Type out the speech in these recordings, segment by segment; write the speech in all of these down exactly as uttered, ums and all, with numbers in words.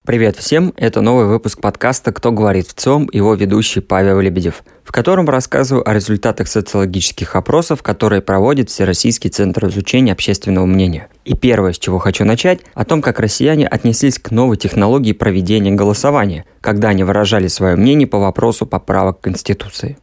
Привет всем, это новый выпуск подкаста «Кто говорит в ЦИОМ», его ведущий Павел Лебедев, в котором рассказываю о результатах социологических опросов, которые проводит Всероссийский центр изучения общественного мнения. И первое, с чего хочу начать, о том, как россияне отнеслись к новой технологии проведения голосования, когда они выражали свое мнение по вопросу поправок к Конституции.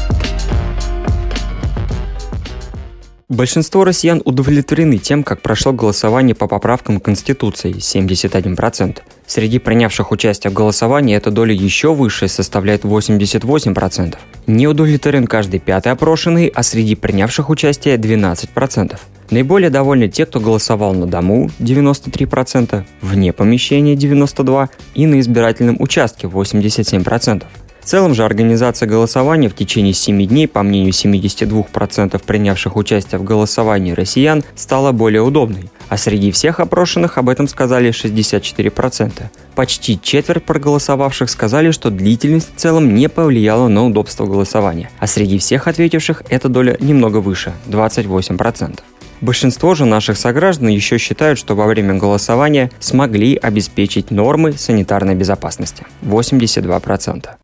Большинство россиян удовлетворены тем, как прошло голосование по поправкам к Конституции – семьдесят один процент. Среди принявших участие в голосовании эта доля еще выше, составляет восемьдесят восемь процентов. Не удовлетворен каждый пятый опрошенный, а среди принявших участие – двенадцать процентов. Наиболее довольны те, кто голосовал на дому – девяносто три процента, вне помещения – девяносто два процента и на избирательном участке – восемьдесят семь процентов. В целом же организация голосования в течение семи дней, по мнению семьдесят два процента принявших участие в голосовании россиян, стала более удобной, а среди всех опрошенных об этом сказали шестьдесят четыре процента. Почти четверть проголосовавших сказали, что длительность в целом не повлияла на удобство голосования, а среди всех ответивших эта доля немного выше – двадцать восемь процентов. Большинство же наших сограждан еще считают, что во время голосования смогли обеспечить нормы санитарной безопасности – восемьдесят два процента.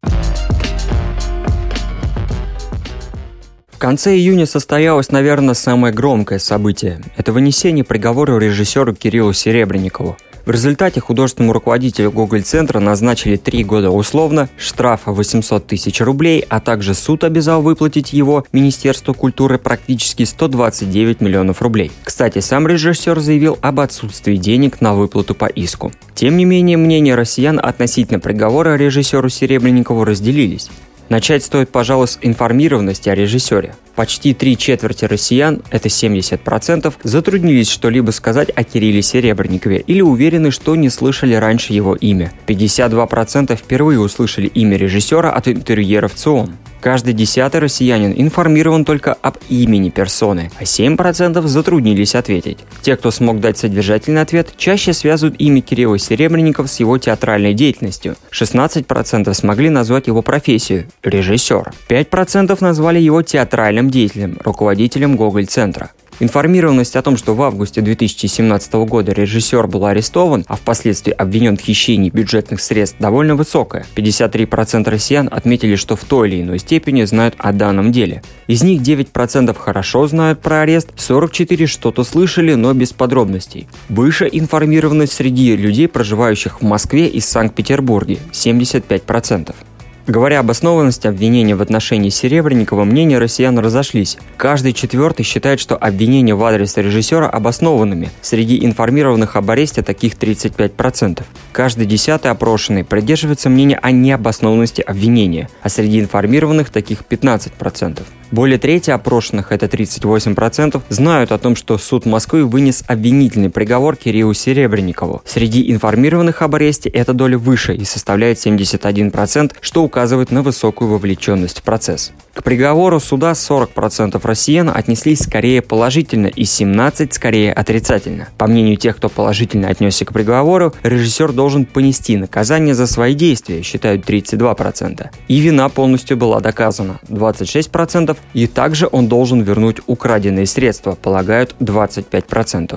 В конце июня состоялось, наверное, самое громкое событие – это вынесение приговора режиссеру Кириллу Серебренникову. В результате художественному руководителю Гоголь-центра назначили три года условно, штрафа восемьсот тысяч рублей, а также суд обязал выплатить его Министерству культуры практически сто двадцать девять миллионов рублей. Кстати, сам режиссер заявил об отсутствии денег на выплату по иску. Тем не менее, мнения россиян относительно приговора режиссеру Серебренникову разделились. Начать стоит, пожалуй, с информированности о режиссере. Почти три четверти россиян, это семьдесят процентов, затруднились что-либо сказать о Кирилле Серебренникове или уверены, что не слышали раньше его имя. пятьдесят два процента впервые услышали имя режиссера от интервьюеров ЦИОМ. Каждый десятый россиянин информирован только об имени персоны, а семь процентов затруднились ответить. Те, кто смог дать содержательный ответ, чаще связывают имя Кирилла Серебренникова с его театральной деятельностью. шестнадцать процентов смогли назвать его профессию – режиссер. пять процентов назвали его театральным деятелем, руководителем Гоголь-центра. Информированность о том, что в августе две тысячи семнадцатого года режиссер был арестован, а впоследствии обвинен в хищении бюджетных средств, довольно высокая. пятьдесят три процента россиян отметили, что в той или иной степени знают о данном деле. Из них девять процентов хорошо знают про арест, сорок четыре процента что-то слышали, но без подробностей. Выше информированность среди людей, проживающих в Москве и Санкт-Петербурге – семьдесят пять процентов. Говоря об основанности обвинения в отношении Серебренникова, мнения россиян разошлись. Каждый четвертый считает, что обвинения в адрес режиссера обоснованными. Среди информированных об аресте таких тридцать пять процентов. Каждый десятый опрошенный придерживается мнения о необоснованности обвинения, а среди информированных таких пятнадцать процентов. Более трети опрошенных, это тридцать восемь процентов, знают о том, что суд Москвы вынес обвинительный приговор Кириллу Серебренникову. Среди информированных об аресте эта доля выше и составляет семьдесят один процент, что указывает на высокую вовлеченность в процесс. К приговору суда сорок процентов россиян отнеслись скорее положительно и семнадцать процентов скорее отрицательно. По мнению тех, кто положительно отнесся к приговору, режиссер должен понести наказание за свои действия, считают тридцать два процента. И вина полностью была доказана, двадцать шесть процентов, и также он должен вернуть украденные средства, полагают двадцать пять процентов.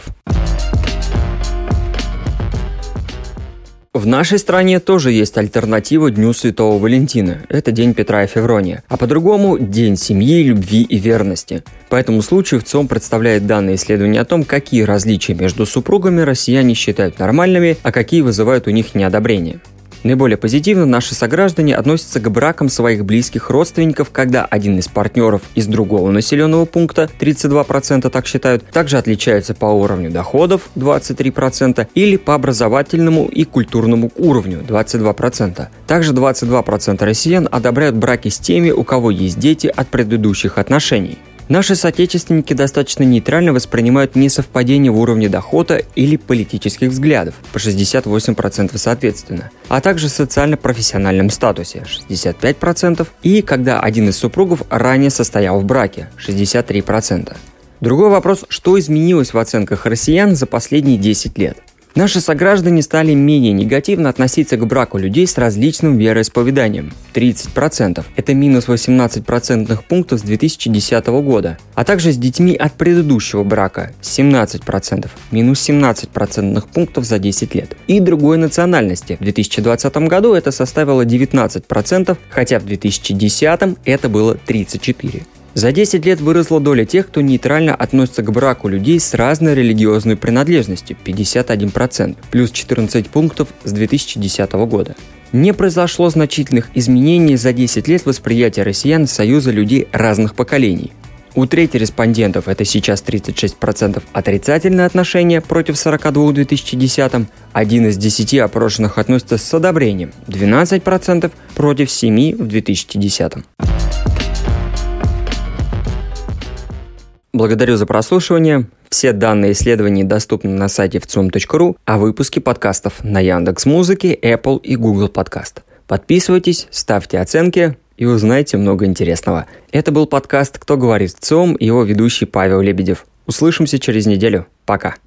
В нашей стране тоже есть альтернатива Дню Святого Валентина. Это День Петра и Феврония. А по-другому – День семьи, любви и верности. По этому случаю ЦИОМ представляет данные исследования о том, какие различия между супругами россияне считают нормальными, а какие вызывают у них неодобрение. Наиболее позитивно наши сограждане относятся к бракам своих близких родственников, когда один из партнеров из другого населенного пункта, тридцать два процента так считают, также отличается по уровню доходов, двадцать три процента, или по образовательному и культурному уровню, двадцать два процента. Также двадцать два процента россиян одобряют браки с теми, у кого есть дети от предыдущих отношений. Наши соотечественники достаточно нейтрально воспринимают несовпадение в уровне дохода или политических взглядов, по шестьдесят восемь процентов соответственно, а также в социально-профессиональном статусе, шестьдесят пять процентов, и когда один из супругов ранее состоял в браке, шестьдесят три процента. Другой вопрос, что изменилось в оценках россиян за последние десять лет. Наши сограждане стали менее негативно относиться к браку людей с различным вероисповеданием – тридцать процентов. Это минус восемнадцать процентных пунктов с две тысячи десятого года. А также с детьми от предыдущего брака – семнадцать процентов, минус семнадцать процентных пунктов за десять лет. И другой национальности. В две тысячи двадцатом году это составило девятнадцать процентов, хотя в две тысячи десятом это было тридцать четыре процента. За десять лет выросла доля тех, кто нейтрально относится к браку людей с разной религиозной принадлежностью – пятьдесят один процент, плюс четырнадцать пунктов с две тысячи десятого года. Не произошло значительных изменений за десять лет восприятия россиян союза людей разных поколений. У трети респондентов это сейчас тридцать шесть процентов отрицательное отношение против сорок два процента в две тысячи десятом, один из десяти опрошенных относится с одобрением, двенадцать процентов против семи процентов в две тысячи десятом. Благодарю за прослушивание. Все данные исследований доступны на сайте вцум точка ру, а выпуски подкастов на Яндекс.Музыке, Apple и Google Podcast. Подписывайтесь, ставьте оценки и узнайте много интересного. Это был подкаст «Кто говорит ВЦУМ» и его ведущий Павел Лебедев. Услышимся через неделю. Пока.